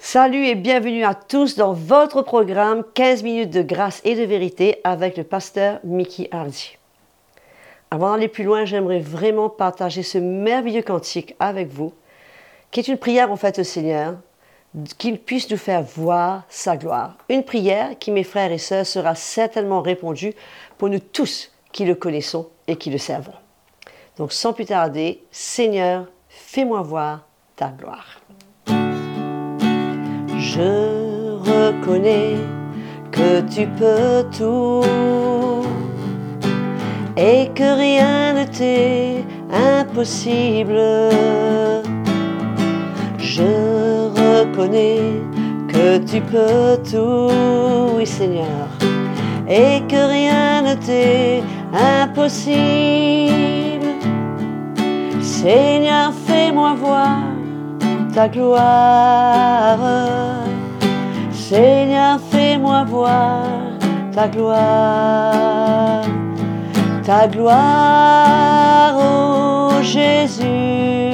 Salut et bienvenue à tous dans votre programme 15 minutes de grâce et de vérité avec le pasteur Mickey Hardy. Avant d'aller plus loin, j'aimerais vraiment partager ce merveilleux cantique avec vous, qui est une prière en fait au Seigneur, qu'il puisse nous faire voir sa gloire. Une prière qui, mes frères et sœurs, sera certainement répondue pour nous tous qui le connaissons et qui le servons. Donc sans plus tarder, Seigneur, fais-moi voir ta gloire. Je reconnais que tu peux tout et que rien ne t'est impossible. Je reconnais que tu peux tout, oui Seigneur, et que rien ne t'est impossible. Seigneur, fais-moi voir ta gloire. Seigneur, fais-moi voir ta gloire. Ta gloire, oh Jésus.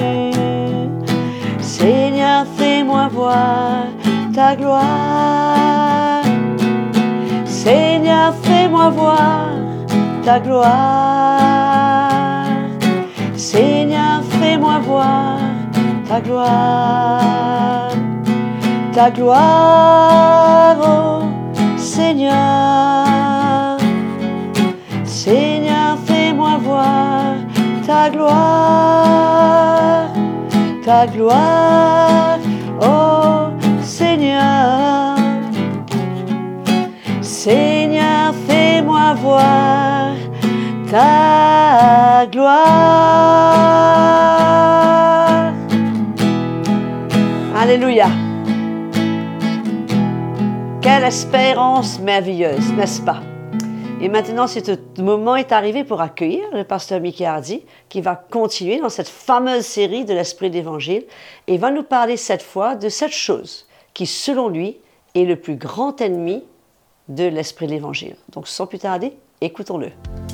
Seigneur, fais-moi voir ta gloire. Seigneur, fais-moi voir ta gloire. Seigneur, fais-moi voir ta gloire. Ta gloire, oh Seigneur. Seigneur, fais-moi voir ta gloire. Ta gloire, oh Seigneur. Seigneur, fais-moi voir ta gloire. Alléluia. Quelle espérance merveilleuse, n'est-ce pas? Et maintenant, ce moment est arrivé pour accueillir le pasteur Mickey Hardy qui va continuer dans cette fameuse série de l'Esprit d'Évangile et va nous parler cette fois de cette chose qui, selon lui, est le plus grand ennemi de l'Esprit d'Évangile. Donc, sans plus tarder, écoutons-le.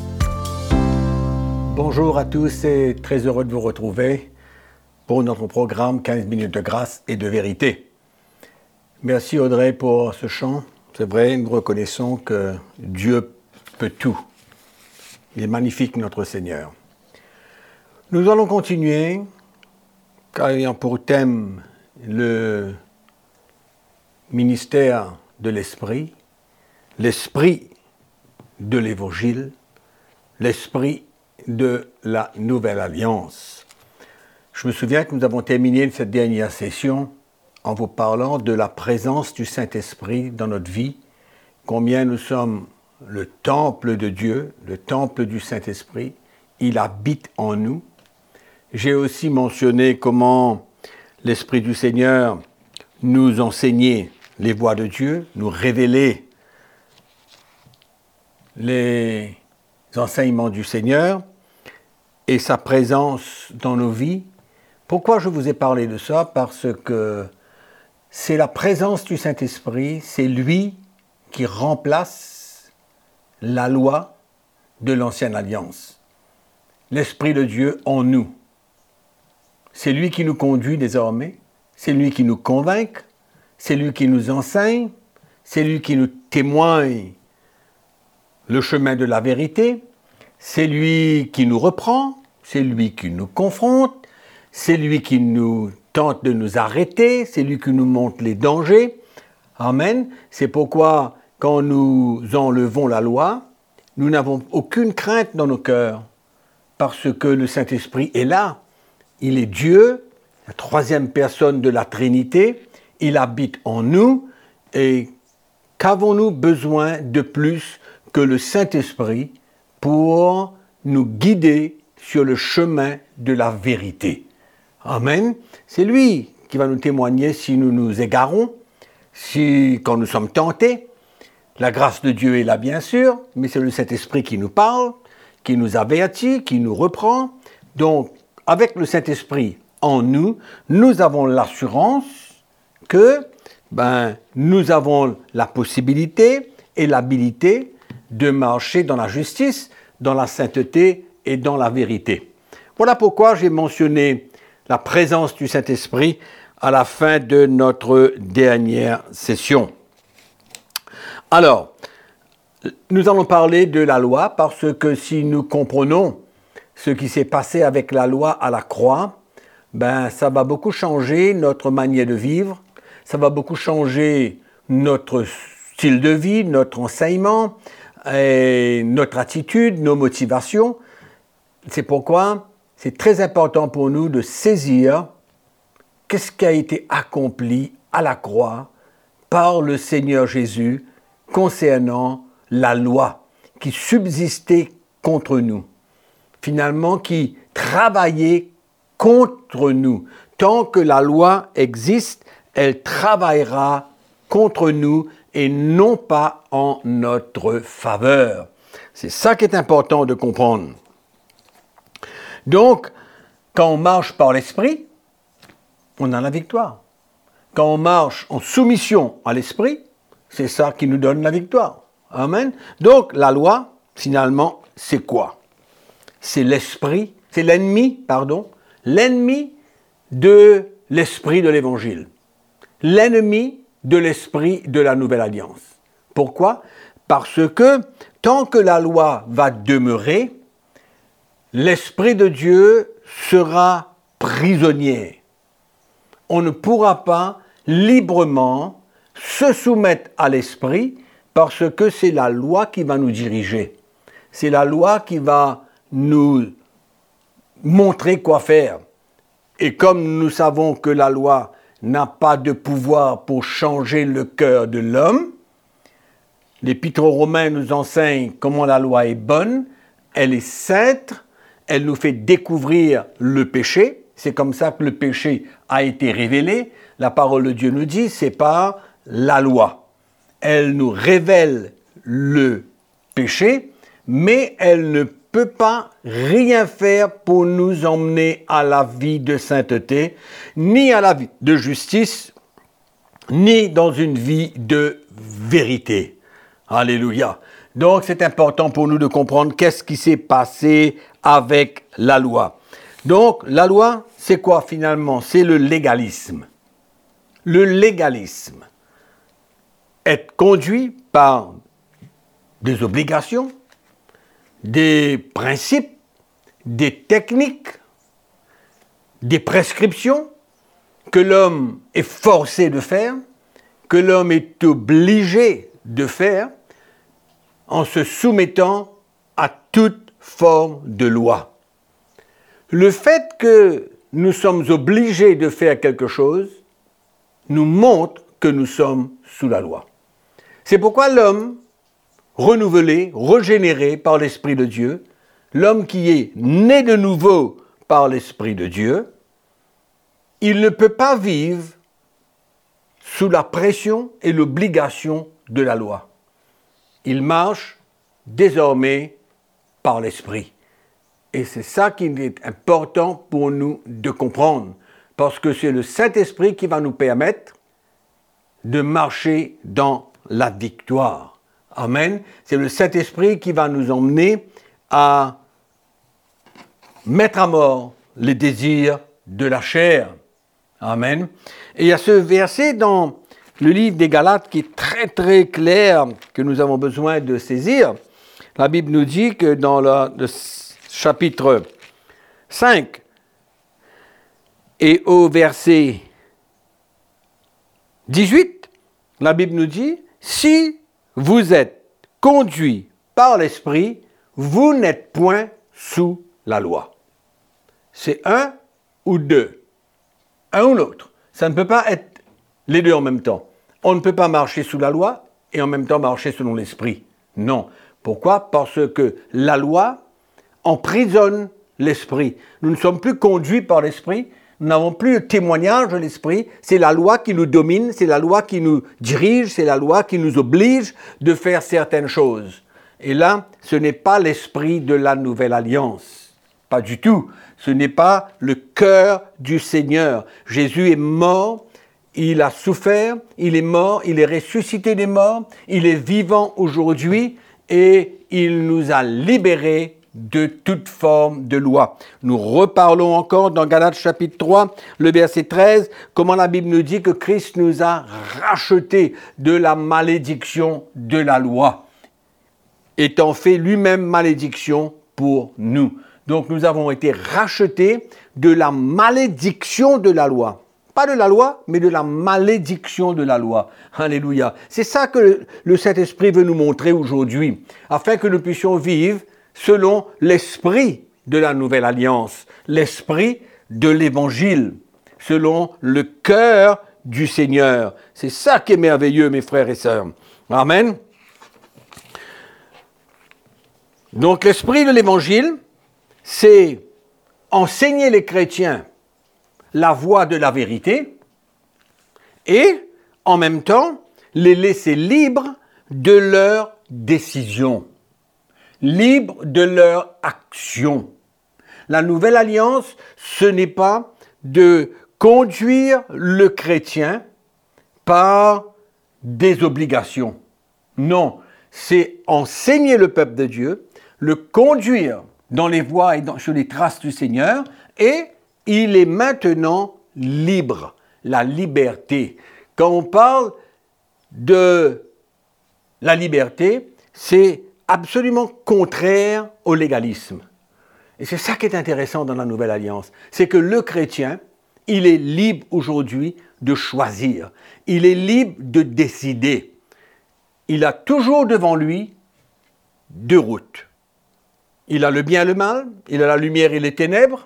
Bonjour à tous et très heureux de vous retrouver pour notre programme 15 minutes de grâce et de vérité. Merci Audrey pour ce chant. C'est vrai, nous reconnaissons que Dieu peut tout. Il est magnifique notre Seigneur. Nous allons continuer, ayant pour thème le ministère de l'Esprit, l'Esprit de l'Évangile, l'Esprit de la Nouvelle Alliance. Je me souviens que nous avons terminé cette dernière session en vous parlant de la présence du Saint-Esprit dans notre vie, combien nous sommes le temple de Dieu, le temple du Saint-Esprit, il habite en nous. J'ai aussi mentionné comment l'Esprit du Seigneur nous enseignait les voies de Dieu, nous révélait les enseignements du Seigneur et sa présence dans nos vies. Pourquoi je vous ai parlé de ça? Parce que c'est la présence du Saint-Esprit, c'est lui qui remplace la loi de l'Ancienne Alliance. L'Esprit de Dieu en nous. C'est lui qui nous conduit désormais, c'est lui qui nous convainc, c'est lui qui nous enseigne, c'est lui qui nous témoigne le chemin de la vérité, c'est lui qui nous reprend, c'est lui qui nous confronte, c'est lui qui nous tente de nous arrêter, c'est lui qui nous montre les dangers. Amen. C'est pourquoi, quand nous enlevons la loi, nous n'avons aucune crainte dans nos cœurs, parce que le Saint-Esprit est là. Il est Dieu, la troisième personne de la Trinité. Il habite en nous. Et qu'avons-nous besoin de plus que le Saint-Esprit pour nous guider sur le chemin de la vérité? Amen. C'est lui qui va nous témoigner si nous nous égarons, quand nous sommes tentés. La grâce de Dieu est là, bien sûr, mais c'est le Saint-Esprit qui nous parle, qui nous avertit, qui nous reprend. Donc, avec le Saint-Esprit en nous, nous avons l'assurance que nous avons la possibilité et l'habilité de marcher dans la justice, dans la sainteté et dans la vérité. Voilà pourquoi j'ai mentionné la présence du Saint-Esprit à la fin de notre dernière session. Alors, nous allons parler de la loi parce que si nous comprenons ce qui s'est passé avec la loi à la croix, ça va beaucoup changer notre manière de vivre, ça va beaucoup changer notre style de vie, notre enseignement, et notre attitude, nos motivations. C'est pourquoi c'est très important pour nous de saisir qu'est-ce qui a été accompli à la croix par le Seigneur Jésus concernant la loi qui subsistait contre nous, finalement qui travaillait contre nous. Tant que la loi existe, elle travaillera contre nous et non pas en notre faveur. C'est ça qui est important de comprendre. Donc, quand on marche par l'esprit, on a la victoire. Quand on marche en soumission à l'esprit, c'est ça qui nous donne la victoire. Amen. Donc, la loi, finalement, c'est quoi? C'est l'esprit, c'est l'ennemi de l'esprit de l'Évangile. L'ennemi de l'esprit de la Nouvelle Alliance. Pourquoi? Parce que tant que la loi va demeurer, l'Esprit de Dieu sera prisonnier. On ne pourra pas librement se soumettre à l'Esprit parce que c'est la loi qui va nous diriger. C'est la loi qui va nous montrer quoi faire. Et comme nous savons que la loi n'a pas de pouvoir pour changer le cœur de l'homme, l'Épître aux Romains nous enseigne comment la loi est bonne, elle est sainte, elle nous fait découvrir le péché. C'est comme ça que le péché a été révélé. La parole de Dieu nous dit, c'est par la loi. Elle nous révèle le péché, mais elle ne peut pas rien faire pour nous emmener à la vie de sainteté, ni à la vie de justice, ni dans une vie de vérité. Alléluia. Donc c'est important pour nous de comprendre qu'est-ce qui s'est passé avec la loi. Donc la loi, c'est quoi finalement? C'est le légalisme. Le légalisme. Être conduit par des obligations, des principes, des techniques, des prescriptions que l'homme est forcé de faire, que l'homme est obligé de faire en se soumettant à toute forme de loi. Le fait que nous sommes obligés de faire quelque chose nous montre que nous sommes sous la loi. C'est pourquoi l'homme renouvelé, régénéré par l'Esprit de Dieu, l'homme qui est né de nouveau par l'Esprit de Dieu, il ne peut pas vivre sous la pression et l'obligation de la loi. Il marche désormais par l'Esprit. Et c'est ça qui est important pour nous de comprendre, parce que c'est le Saint-Esprit qui va nous permettre de marcher dans la victoire. Amen. C'est le Saint-Esprit qui va nous emmener à mettre à mort les désirs de la chair. Amen. Et il y a ce verset dans le livre des Galates qui est très très clair, que nous avons besoin de saisir. La Bible nous dit que dans le chapitre 5 et au verset 18, la Bible nous dit « Si vous êtes conduits par l'Esprit, vous n'êtes point sous la loi. » C'est un ou deux, un ou l'autre. Ça ne peut pas être les deux en même temps. On ne peut pas marcher sous la loi et en même temps marcher selon l'Esprit. Non. Pourquoi? Parce que la loi emprisonne l'Esprit. Nous ne sommes plus conduits par l'Esprit, nous n'avons plus le témoignage de l'Esprit, c'est la loi qui nous domine, c'est la loi qui nous dirige, c'est la loi qui nous oblige de faire certaines choses. Et là, ce n'est pas l'Esprit de la Nouvelle Alliance. Pas du tout. Ce n'est pas le cœur du Seigneur. Jésus est mort, il a souffert, il est mort, il est ressuscité des morts, il est vivant aujourd'hui et il nous a libérés de toute forme de loi. Nous reparlons encore dans Galates chapitre 3, le verset 13, comment la Bible nous dit que Christ nous a rachetés de la malédiction de la loi, étant fait lui-même malédiction pour nous. Donc nous avons été rachetés de la malédiction de la loi. Pas de la loi, mais de la malédiction de la loi. Alléluia. C'est ça que le Saint-Esprit veut nous montrer aujourd'hui, afin que nous puissions vivre selon l'esprit de la nouvelle alliance, l'esprit de l'évangile, selon le cœur du Seigneur. C'est ça qui est merveilleux, mes frères et sœurs. Amen. Donc l'esprit de l'évangile, c'est enseigner les chrétiens la voie de la vérité et en même temps les laisser libres de leurs décisions, libres de leur action. La nouvelle alliance, ce n'est pas de conduire le chrétien par des obligations. Non, c'est enseigner le peuple de Dieu, le conduire dans les voies et sur les traces du Seigneur, et il est maintenant libre, la liberté. Quand on parle de la liberté, c'est absolument contraire au légalisme. Et c'est ça qui est intéressant dans la Nouvelle Alliance, c'est que le chrétien, il est libre aujourd'hui de choisir, il est libre de décider. Il a toujours devant lui deux routes. Il a le bien et le mal, il a la lumière et les ténèbres.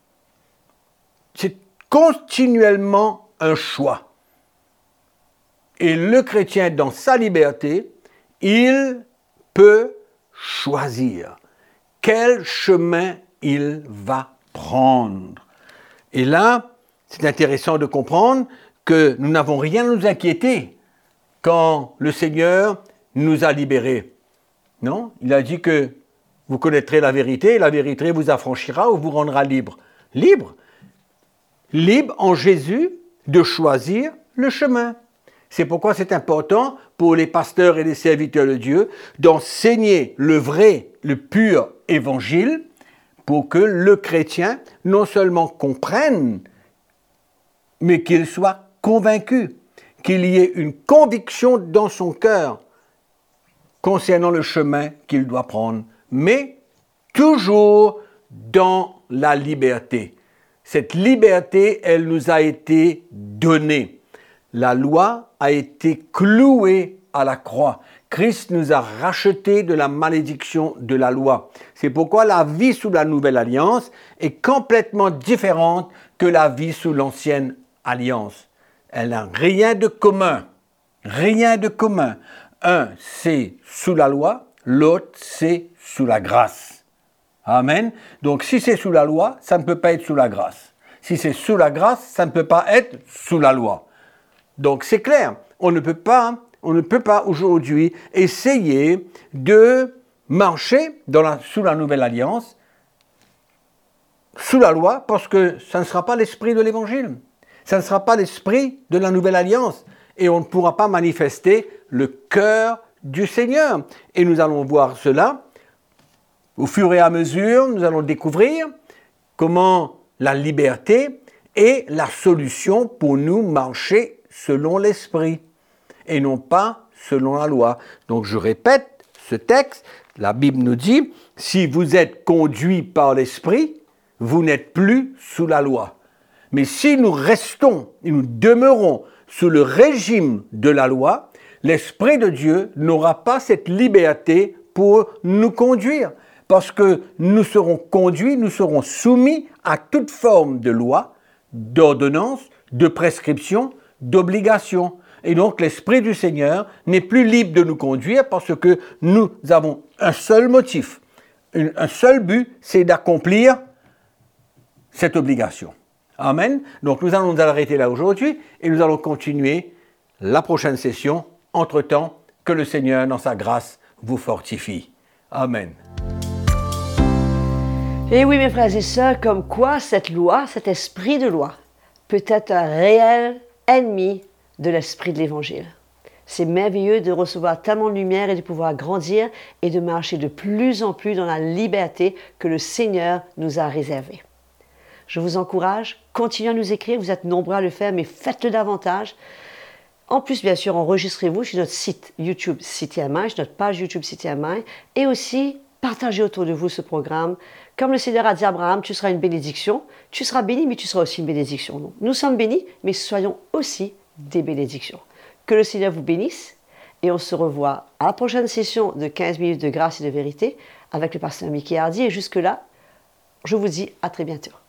C'est continuellement un choix. Et le chrétien, dans sa liberté, il peut choisir quel chemin il va prendre. Et là, c'est intéressant de comprendre que nous n'avons rien à nous inquiéter quand le Seigneur nous a libérés. Non, il a dit que vous connaîtrez la vérité, et la vérité vous affranchira ou vous rendra libre. Libre. Libre en Jésus de choisir le chemin. C'est pourquoi c'est important pour les pasteurs et les serviteurs de Dieu d'enseigner le vrai, le pur évangile pour que le chrétien non seulement comprenne, mais qu'il soit convaincu, qu'il y ait une conviction dans son cœur concernant le chemin qu'il doit prendre, mais toujours dans la liberté. Cette liberté, elle nous a été donnée. La loi a été clouée à la croix. Christ nous a rachetés de la malédiction de la loi. C'est pourquoi la vie sous la nouvelle alliance est complètement différente que la vie sous l'ancienne alliance. Elle n'a rien de commun. Rien de commun. Un, c'est sous la loi, l'autre, c'est sous la grâce. Amen. Donc si c'est sous la loi, ça ne peut pas être sous la grâce. Si c'est sous la grâce, ça ne peut pas être sous la loi. Donc c'est clair, on ne peut pas aujourd'hui essayer de marcher sous la nouvelle alliance, sous la loi, parce que ça ne sera pas l'esprit de l'évangile. Ça ne sera pas l'esprit de la nouvelle alliance. Et on ne pourra pas manifester le cœur du Seigneur. Et nous allons voir cela au fur et à mesure, nous allons découvrir comment la liberté est la solution pour nous marcher selon l'esprit et non pas selon la loi. Donc je répète ce texte, la Bible nous dit, si vous êtes conduits par l'esprit, vous n'êtes plus sous la loi. Mais si nous restons et nous demeurons sous le régime de la loi, l'Esprit de Dieu n'aura pas cette liberté pour nous conduire. Parce que nous serons conduits, nous serons soumis à toute forme de loi, d'ordonnance, de prescription, d'obligation. Et donc l'Esprit du Seigneur n'est plus libre de nous conduire parce que nous avons un seul motif, un seul but, c'est d'accomplir cette obligation. Amen. Donc nous allons nous arrêter là aujourd'hui et nous allons continuer la prochaine session. Entre-temps, que le Seigneur, dans sa grâce, vous fortifie. Amen. Et oui, mes frères et sœurs, comme quoi cette loi, cet esprit de loi, peut être un réel ennemi de l'esprit de l'Évangile. C'est merveilleux de recevoir tellement de lumière et de pouvoir grandir et de marcher de plus en plus dans la liberté que le Seigneur nous a réservée. Je vous encourage, continuez à nous écrire, vous êtes nombreux à le faire, mais faites-le davantage. En plus, bien sûr, enregistrez-vous sur notre site YouTube CTMI, sur notre page YouTube CTMI, et aussi partagez autour de vous ce programme. Comme le Seigneur a dit à Abraham, tu seras une bénédiction, tu seras béni, mais tu seras aussi une bénédiction. Donc, nous sommes bénis, mais soyons aussi des bénédictions. Que le Seigneur vous bénisse, et on se revoit à la prochaine session de 15 minutes de grâce et de vérité avec le pasteur Mickey Hardy, et jusque-là, je vous dis à très bientôt.